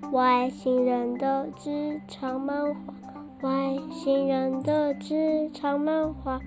外星人的职场漫画，外星人的职场漫画。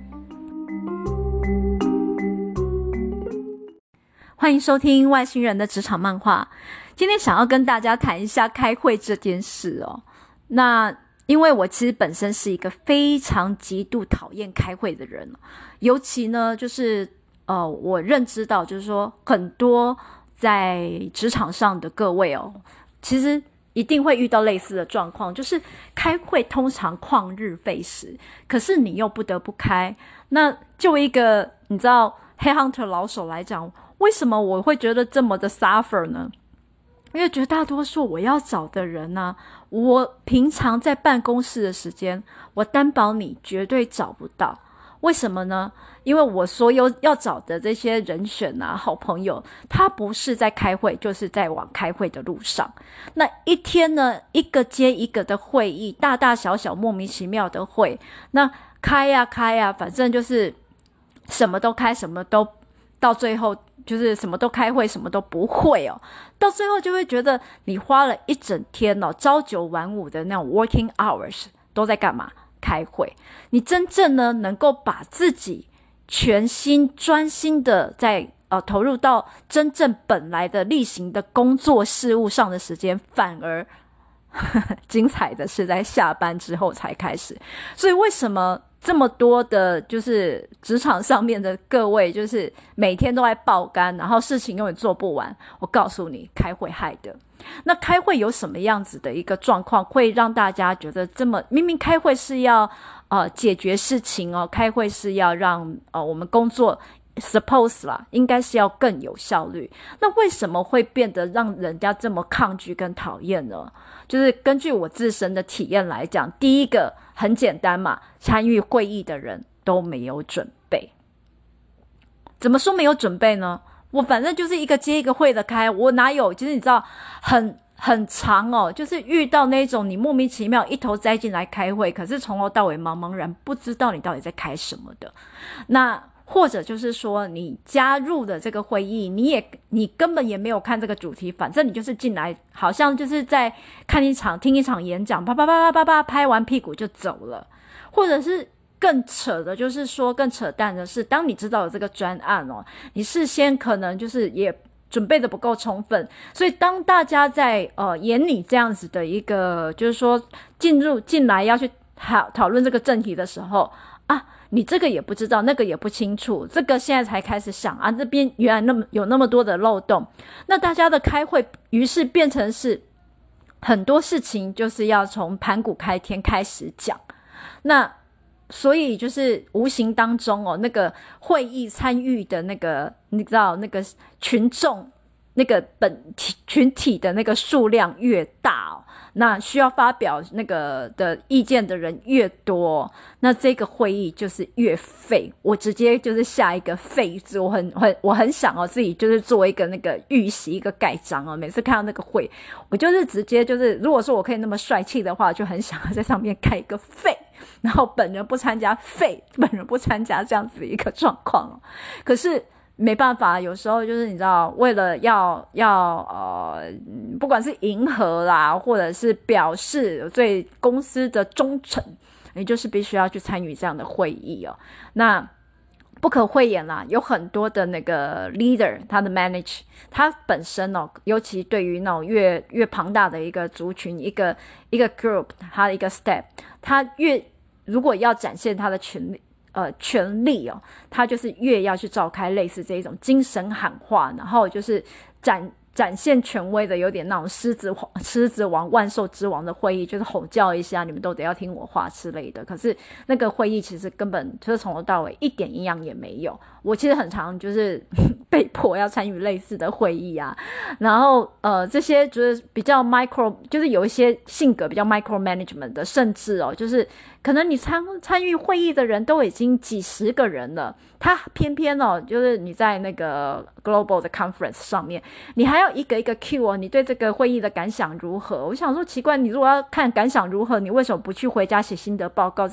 欢迎收听外星人的职场漫画。今天想要跟大家谈一下开会这件事哦。那因为我其实本身是一个非常极度讨厌开会的人，尤其呢就是我认知到就是说很多在职场上的各位哦，其实一定会遇到类似的状况，就是开会通常旷日费时，可是你又不得不开。那就一个你知道 Headhunter 老手来讲，为什么我会觉得这么的 suffer 呢？因为绝大多数我要找的人啊，我平常在办公室的时间，我担保你绝对找不到。为什么呢？因为我所有要找的这些人选啊，好朋友，他不是在开会，就是在往开会的路上。那一天呢，一个接一个的会议，大大小小莫名其妙的会，那开呀，反正就是什么都开，什么都到最后就是什么都开会，什么都不会哦。到最后就会觉得你花了一整天哦，朝九晚五的那种 working hours 都在干嘛？开会。你真正呢能够把自己全心专心的在投入到真正本来的例行的工作事务上的时间，反而精彩的是在下班之后才开始。所以为什么这么多的就是职场上面的各位就是每天都在爆肝，然后事情永远做不完？我告诉你，开会害的。那开会有什么样子的一个状况会让大家觉得这么，明明开会是要解决事情哦，开会是要让我们工作 suppose 啦，应该是要更有效率，那为什么会变得让人家这么抗拒跟讨厌呢？就是根据我自身的体验来讲，第一个很简单嘛，参与会议的人都没有准备。怎么说没有准备呢？我反正就是一个接一个会的开，我哪有，其实你知道很长哦，就是遇到那种你莫名其妙一头栽进来开会，可是从头到尾茫茫然不知道你到底在开什么的。那或者就是说你加入的这个会议，你根本也没有看这个主题，反正你就是进来好像就是在听一场演讲，啪啪啪啪啪啪拍完屁股就走了。或者是更扯的就是说，更扯淡的是，当你知道有这个专案哦，你事先可能就是也准备的不够充分，所以当大家在演你这样子的一个就是说进来要去讨论这个正题的时候啊，你这个也不知道，那个也不清楚，这个现在才开始想啊，这边原来有那么多的漏洞，那大家的开会于是变成是很多事情就是要从盘古开天开始讲。那所以就是无形当中哦，那个会议参与的那个你知道那个群众那个群体的那个数量越大哦，那需要发表那个的意见的人越多，那这个会议就是越废。我直接就是下一个废字，我很想哦自己就是做一个那个预习一个盖章哦，每次看到那个会，我就是直接就是如果说我可以那么帅气的话，就很想要在上面盖一个废。然后本人不参加废，本人不参加这样子的一个状况哦。可是没办法，有时候就是你知道，为了要不管是迎合啦，或者是表示对公司的忠诚，你就是必须要去参与这样的会议哦。那不可讳言啦，有很多的那个 leader， 他的 manage， 他本身哦，尤其对于那种越庞大的一个族群，一个 group， 他的一个 step， 他如果要展现他的权力哦，他就是越要去召开类似这一种精神喊话，然后就是展现权威的，有点那种狮子王万兽之王的会议，就是吼叫一下，你们都得要听我话之类的。可是那个会议其实根本就是从头到尾一点营养也没有。我其实很常就是被迫要参与类似的会议啊，然后这些就是比较 micro， 就是有一些性格比较 micro management 的，甚至哦，就是可能你参与会议的人都已经几十个人了，他偏偏哦，就是你在那个 global 的 conference 上面，你还要一个一个 Q 哦，你对这个会议的感想如何？我想说奇怪，你如果要看感想如何，你为什么不去回家写心得报告，再来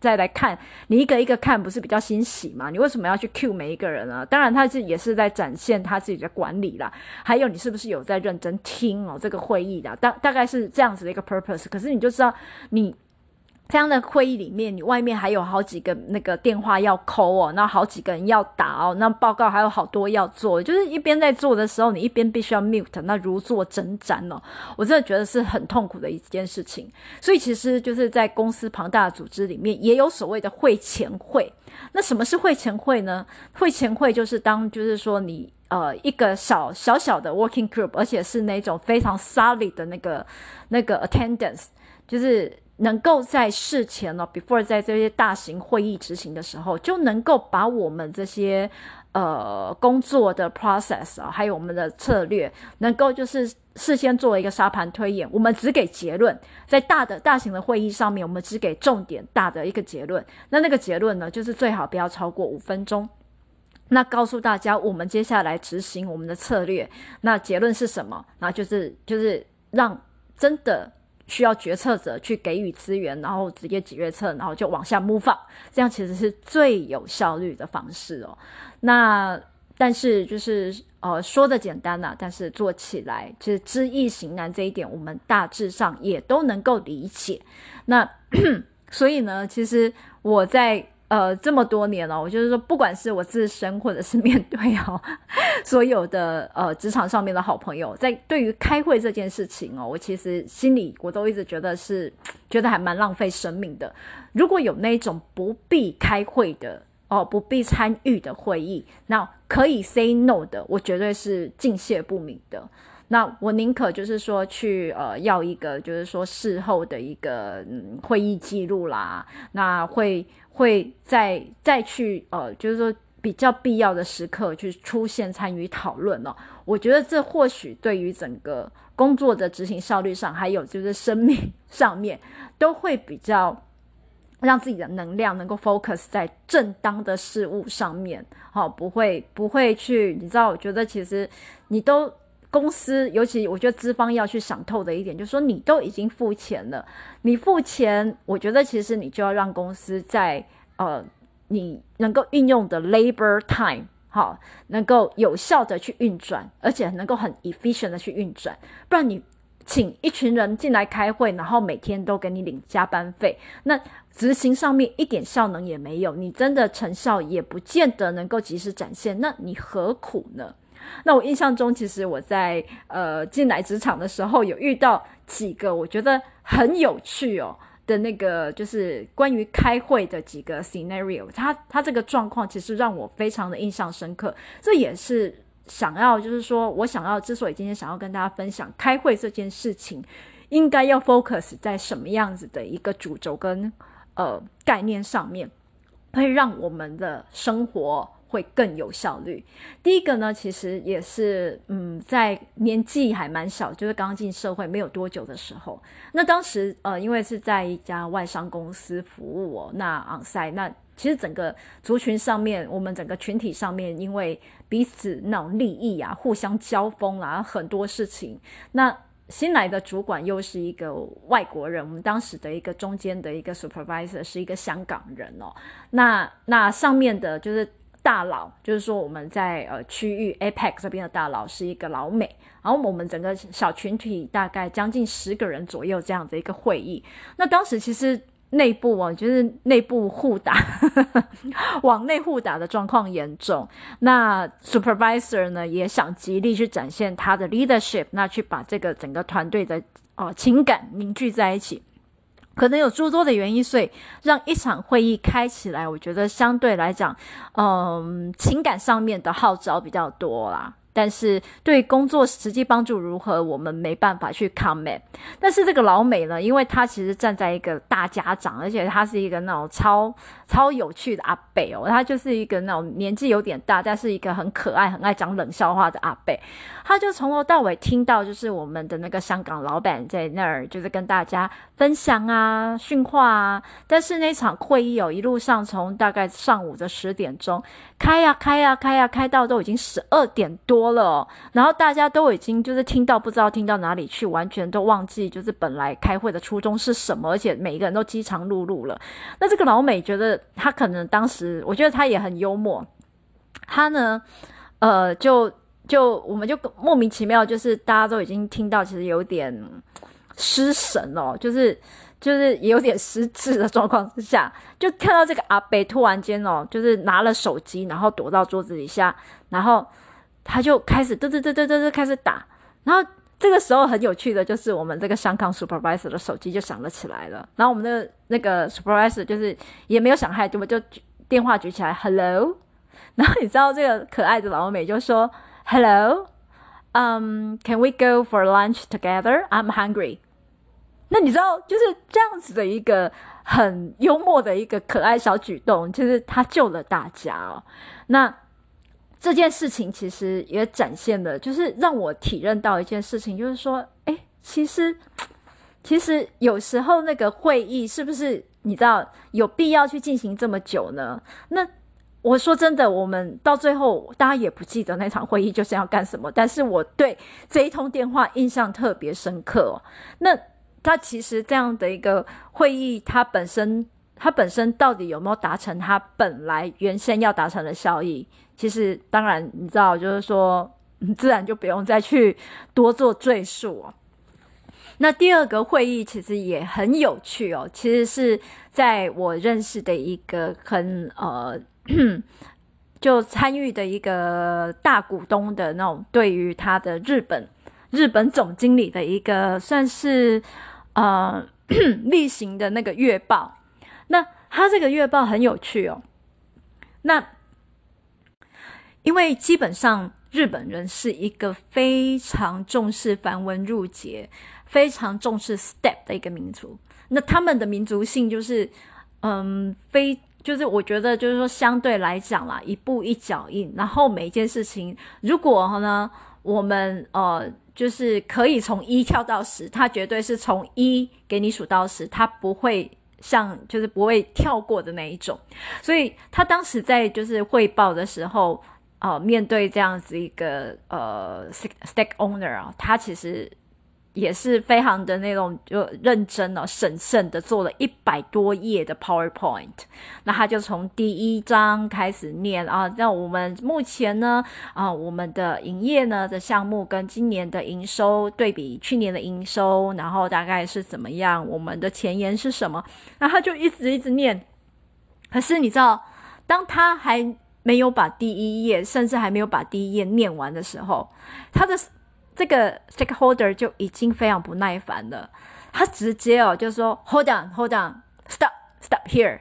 再来看，你一个一个看不是比较欣喜吗？你为什么要去 cue 每一个人呢？当然他也是在展现他自己的管理啦，还有你是不是有在认真听这个会议的，大概是这样子的一个 purpose。 可是你就知道你这样的会议里面，你外面还有好几个那个电话要 call 那好几个人要打那报告还有好多要做，就是一边在做的时候，你一边必须要 mute， 那如坐针毡我真的觉得是很痛苦的一件事情。所以其实就是在公司庞大的组织里面，也有所谓的会前会。那什么是会前会呢？会前会就是就是说你一个小的 working group， 而且是那种非常 solid 的那个 attendance， 就是能够在事前before 在这些大型会议执行的时候，就能够把我们这些工作的 process 还有我们的策略，能够就是事先做一个沙盘推演，我们只给结论，在大型的会议上面，我们只给重点大的一个结论。那个结论呢，就是最好不要超过5分钟。那告诉大家我们接下来执行我们的策略，那结论是什么？那就是让真的需要决策者去给予资源，然后直接决策，然后就往下 move on， 这样其实是最有效率的方式那但是就是说的简单但是做起来就是知易行难，这一点我们大致上也都能够理解。那所以呢，其实我在这么多年我就是说，不管是我自身或者是面对所有的职场上面的好朋友，在对于开会这件事情我其实心里我都一直觉得还蛮浪费生命的。如果有那种不必开会的不必参与的会议，那可以 say no 的，我绝对是敬谢不敏的。那我宁可就是说去要一个就是说事后的一个会议记录啦，那会再去就是说比较必要的时刻去出现参与讨论我觉得这或许对于整个工作的执行效率上，还有就是生命上面，都会比较让自己的能量能够 focus 在正当的事物上面不会去，你知道，我觉得其实你都公司，尤其我觉得资方要去想透的一点，就是说你都已经付钱了，你付钱，我觉得其实你就要让公司在你能够运用的 labor time 能够有效的去运转，而且能够很 efficient 的去运转，不然你请一群人进来开会，然后每天都给你领加班费，那执行上面一点效能也没有，你真的成效也不见得能够及时展现，那你何苦呢？那我印象中，其实我在进来职场的时候，有遇到几个我觉得很有趣的那个就是关于开会的几个 scenario， 它这个状况其实让我非常的印象深刻。这也是想要就是说我想要之所以今天想要跟大家分享开会这件事情应该要 focus 在什么样子的一个主轴跟概念上面，会让我们的生活会更有效率。第一个呢，其实也是在年纪还蛮小，就是刚进社会没有多久的时候，那当时因为是在一家外商公司服务那 on-site， 那其实整个族群上面，我们整个群体上面，因为彼此那种利益互相交锋很多事情，那新来的主管又是一个外国人，我们当时的一个中间的一个 supervisor 是一个香港人那上面的就是大佬，就是说我们在区域 APEC 这边的大佬是一个老美，然后我们整个小群体大概将近10个人左右这样的一个会议。那当时其实内部就是内部互打往内互打的状况严重，那 supervisor 呢也想极力去展现他的 leadership， 那去把这个整个团队的情感凝聚在一起，可能有诸多的原因，所以让一场会议开起来，我觉得相对来讲情感上面的号召比较多啦，但是对工作实际帮助如何，我们没办法去 comment。 但是这个老美呢，因为他其实站在一个大家长，而且他是一个那种超有趣的阿伯他就是一个那种年纪有点大，但是一个很可爱很爱讲冷笑话的阿伯。他就从头到尾听到就是我们的那个香港老板在那儿就是跟大家分享训话但是那场会议一路上从大概上午的10点钟开到都已经12点多多了哦，然后大家都已经就是听到不知道听到哪里去，完全都忘记就是本来开会的初衷是什么，而且每一个人都饥肠辘辘了。那这个老美觉得他可能当时，我觉得他也很幽默，他呢我们就莫名其妙，就是大家都已经听到其实有点失神哦，就是也有点失智的状况之下，就看到这个阿伯突然间哦，就是拿了手机，然后躲到桌子底下，然后他就开始开始打，然后这个时候很有趣的就是我们这个香港 supervisor 的手机就响了起来了，然后我们的那个 supervisor 就是也没有想太多，就电话举起来 hello， 然后你知道这个可爱的老美就说 hello，can we go for lunch together? I'm hungry。那你知道就是这样子的一个很幽默的一个可爱小举动，其实他救了大家哦。那这件事情其实也展现了，就是让我体认到一件事情，就是说其实有时候那个会议是不是你知道有必要去进行这么久呢？那我说真的，我们到最后大家也不记得那场会议就是要干什么，但是我对这一通电话印象特别深刻哦。那他其实这样的一个会议，它本身到底有没有达成它本来原先要达成的效益？其实当然你知道，就是说自然就不用再去多做赘述哦。那第二个会议其实也很有趣哦，其实是在我认识的一个很就参与的一个大股东的那种，对于他的日本总经理的一个算是例行的那个月报。那他这个月报很有趣哦。那因为基本上日本人是一个非常重视繁文缛节，非常重视 step 的一个民族。那他们的民族性就是就是我觉得就是说相对来讲啦，一步一脚印，然后每一件事情如果呢我们就是可以从1跳到10，他绝对是从1给你数到10，他不会就是不会跳过的那一种。所以他当时在就是汇报的时候面对这样子一个stake owner 啊，他其实也是非常的那种就认真审慎的做了100多页的 PowerPoint。 那他就从第1章开始念那我们目前呢我们的营业呢的项目跟今年的营收对比去年的营收，然后大概是怎么样，我们的前言是什么，然后他就一直念。可是你知道当他还没有把第1页甚至还没有把第1页念完的时候，他的这个 stakeholder 就已经非常不耐烦了，他直接就说 hold on stop here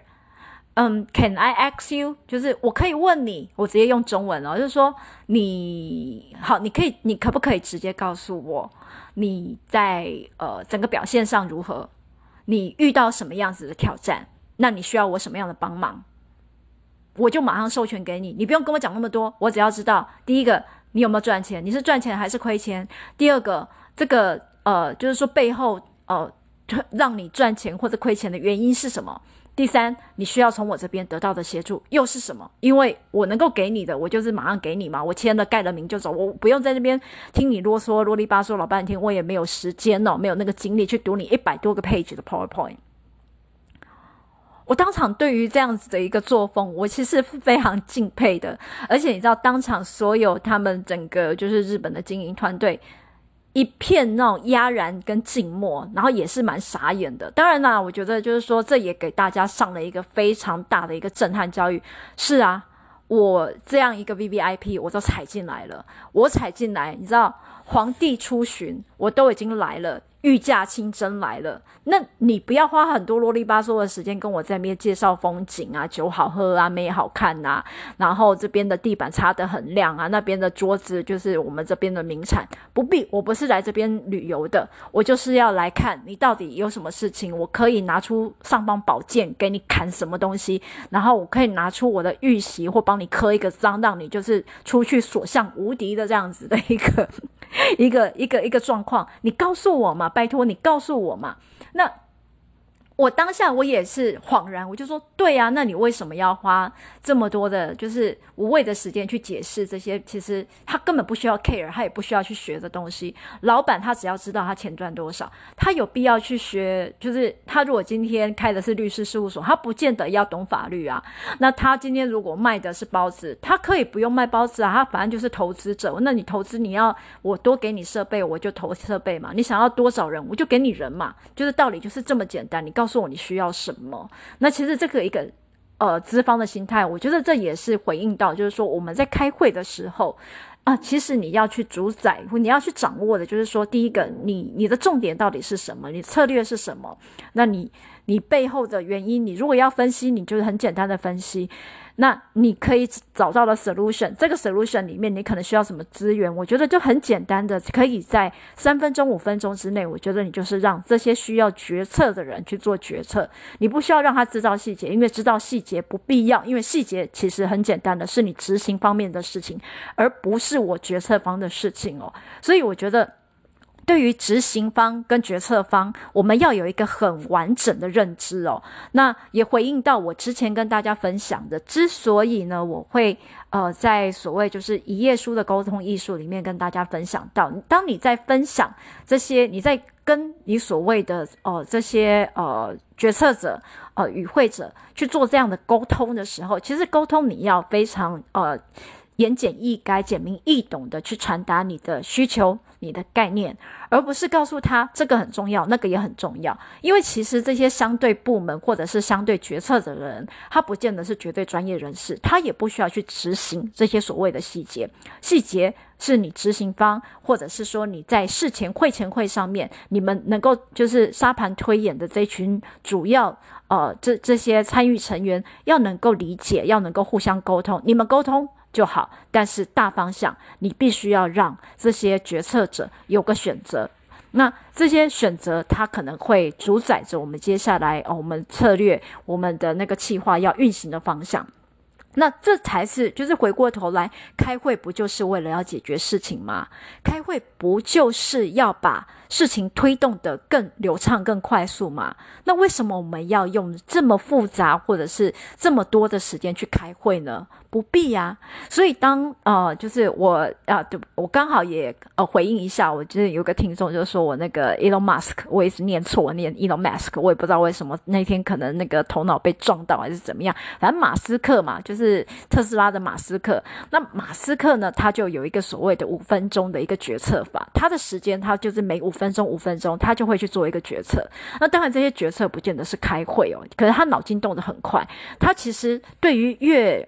can I ask you， 就是我可以问你，我直接用中文就是说你可不可以直接告诉我你在整个表现上如何，你遇到什么样子的挑战，那你需要我什么样的帮忙，我就马上授权给你，你不用跟我讲那么多，我只要知道第一个你有没有赚钱，你是赚钱还是亏钱，第二个这个就是说背后让你赚钱或者亏钱的原因是什么，第三你需要从我这边得到的协助又是什么，因为我能够给你的我就是马上给你嘛，我签了盖了名就走，我不用在那边听你啰嗦啰里吧嗦老半天，我也没有时间没有那个精力去读你100多个 page 的 PowerPoint。我当场对于这样子的一个作风，我其实非常敬佩的，而且你知道当场所有他们整个就是日本的经营团队一片那种压然跟静默，然后也是蛮傻眼的。当然啦，我觉得就是说这也给大家上了一个非常大的一个震撼教育。是啊，我这样一个 VVIP 我都踩进来了，我踩进来你知道皇帝出巡我都已经来了，御驾亲征来了，那你不要花很多啰里吧嗦的时间跟我在那边介绍风景啊，酒好喝啊，妹好看啊，然后这边的地板擦得很亮啊，那边的桌子就是我们这边的名产，不必，我不是来这边旅游的，我就是要来看你到底有什么事情，我可以拿出尚方宝剑给你砍什么东西，然后我可以拿出我的玉玺或帮你刻一个章，让你就是出去所向无敌的这样子的一个状况，你告诉我嘛，拜托你告诉我嘛。那我当下我也是恍然，我就说对啊，那你为什么要花这么多的就是无谓的时间去解释这些其实他根本不需要 care， 他也不需要去学的东西。老板他只要知道他钱赚多少，他有必要去学，就是他如果今天开的是律师事务所，他不见得要懂法律啊。那他今天如果卖的是包子，他可以不用卖包子啊，他反正就是投资者。那你投资你要我多给你设备，我就投设备嘛，你想要多少人我就给你人嘛，就是道理就是这么简单。你告诉我你需要什么。那其实这个一个资方的心态，我觉得这也是回应到就是说我们在开会的时候其实你要去主宰，你要去掌握的就是说，第一个你的重点到底是什么，你策略是什么，那你背后的原因，你如果要分析，你就是很简单的分析，那你可以找到了 solution， 这个 solution 里面你可能需要什么资源，我觉得就很简单的可以在3分钟5分钟之内，我觉得你就是让这些需要决策的人去做决策，你不需要让他知道细节，因为知道细节不必要，因为细节其实很简单的是你执行方面的事情，而不是我决策方的事情哦。所以我觉得对于执行方跟决策方，我们要有一个很完整的认知哦。那也回应到我之前跟大家分享的，之所以呢我会在所谓就是一页书的沟通艺术里面跟大家分享到，当你在分享这些，你在跟你所谓的这些决策者与会者去做这样的沟通的时候，其实沟通你要非常言简意赅、简明易懂的去传达你的需求、你的概念，而不是告诉他这个很重要，那个也很重要。因为其实这些相对部门或者是相对决策的人，他不见得是绝对专业人士，他也不需要去执行这些所谓的细节。细节是你执行方，或者是说你在事前会前会上面，你们能够就是沙盘推演的这群主要这些参与成员要能够理解，要能够互相沟通，你们沟通就好，但是大方向你必须要让这些决策者有个选择，那这些选择它可能会主宰着我们接下来我们策略，我们的那个企划要运行的方向。那这才是就是回过头来，开会不就是为了要解决事情吗？开会不就是要把事情推动得更流畅更快速吗？那为什么我们要用这么复杂或者是这么多的时间去开会呢？不必啊。所以当就是我刚好也回应一下，我就是有个听众就说我那个 Elon Musk， 我也是念错，我念 Elon Musk， 我也不知道为什么那天可能那个头脑被撞到还是怎么样，反正马斯克嘛，就是特斯拉的马斯克。那马斯克呢，他就有一个所谓的5分钟的一个决策法，他的时间他就是每5分钟他就会去做一个决策。那当然这些决策不见得是开会哦，可是他脑筋动得很快，他其实对于越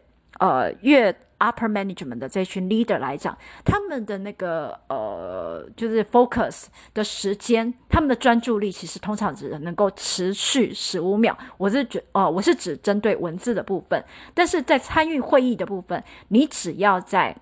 upper management 的这群 leader 来讲，他们的那个就是 focus 的时间，他们的专注力其实通常只能够持续15秒。我是指针对文字的部分，但是在参与会议的部分，你只要在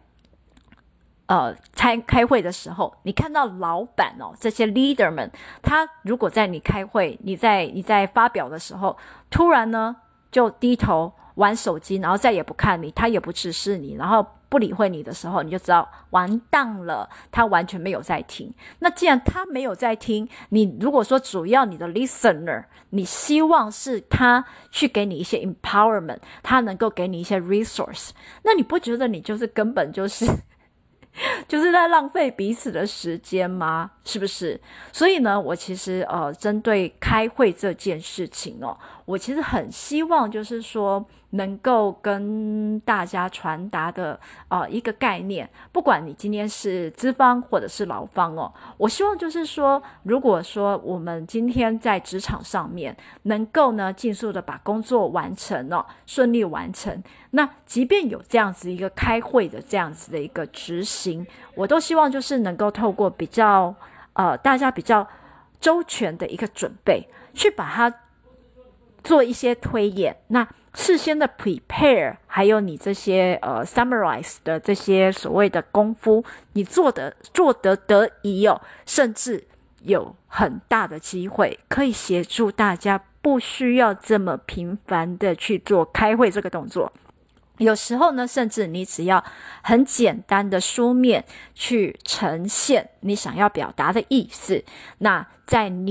开会的时候，你看到老板这些 leader 们，他如果在你开会，你在发表的时候，突然呢就低头玩手机，然后再也不看你，他也不直视你，然后不理会你的时候，你就知道完蛋了，他完全没有在听。那既然他没有在听，你如果说主要你的 listener， 你希望是他去给你一些 empowerment， 他能够给你一些 resource， 那你不觉得你就是根本就是在浪费彼此的时间吗？是不是？所以呢，我其实针对开会这件事情我其实很希望就是说能够跟大家传达的一个概念，不管你今天是资方或者是劳方我希望就是说，如果说我们今天在职场上面能够呢尽速的把工作完成顺利完成，那即便有这样子一个开会的这样子的一个执行，我都希望就是能够透过比较大家比较周全的一个准备，去把它做一些推演，那事先的 prepare， 还有你这些summarize 的这些所谓的功夫，你做得得宜甚至有很大的机会可以协助大家不需要这么频繁的去做开会这个动作。有时候呢，甚至你只要很简单的书面去呈现你想要表达的意思，那在你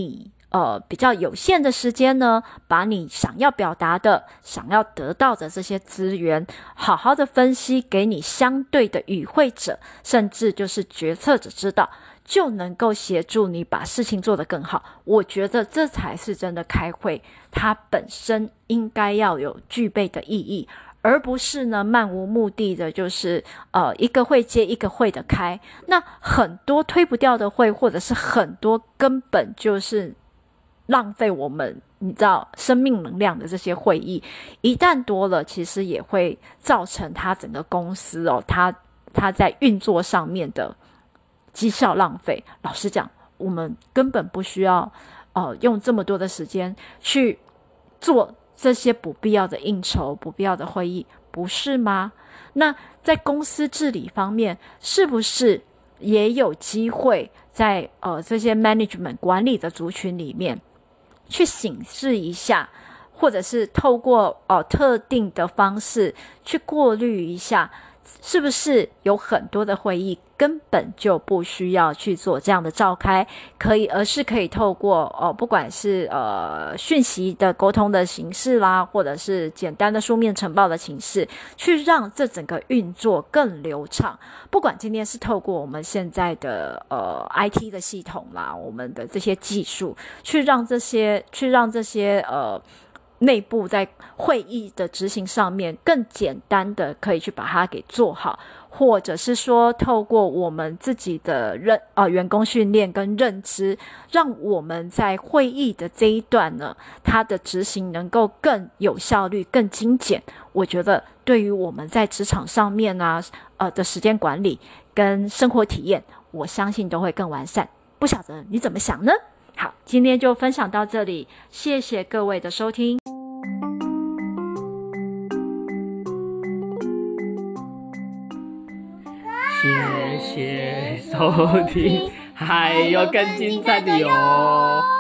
比较有限的时间呢，把你想要表达的、想要得到的这些资源，好好的分析给你相对的与会者，甚至就是决策者知道，就能够协助你把事情做得更好。我觉得这才是真的开会，它本身应该要有具备的意义，而不是呢漫无目的的，就是一个会接一个会的开。那很多推不掉的会，或者是很多根本就是浪费我们你知道生命能量的这些会议，一旦多了，其实也会造成它整个公司它在运作上面的绩效浪费。老实讲，我们根本不需要用这么多的时间去做这些不必要的应酬、不必要的会议，不是吗？那在公司治理方面，是不是也有机会在这些 management 管理的族群里面去审视一下，或者是透过特定的方式去过滤一下，是不是有很多的会议根本就不需要去做这样的召开，而是可以透过不管是讯息的沟通的形式啦，或者是简单的书面呈报的形式，去让这整个运作更流畅。不管今天是透过我们现在的IT 的系统啦，我们的这些技术，去让这些内部在会议的执行上面更简单的可以去把它给做好，或者是说透过我们自己的员工训练跟认知，让我们在会议的这一段呢，它的执行能够更有效率、更精简。我觉得对于我们在职场上面的时间管理跟生活体验，我相信都会更完善。不晓得你怎么想呢？好，今天就分享到这里，谢谢各位的收听。 谢谢收听，还有更精彩的哟。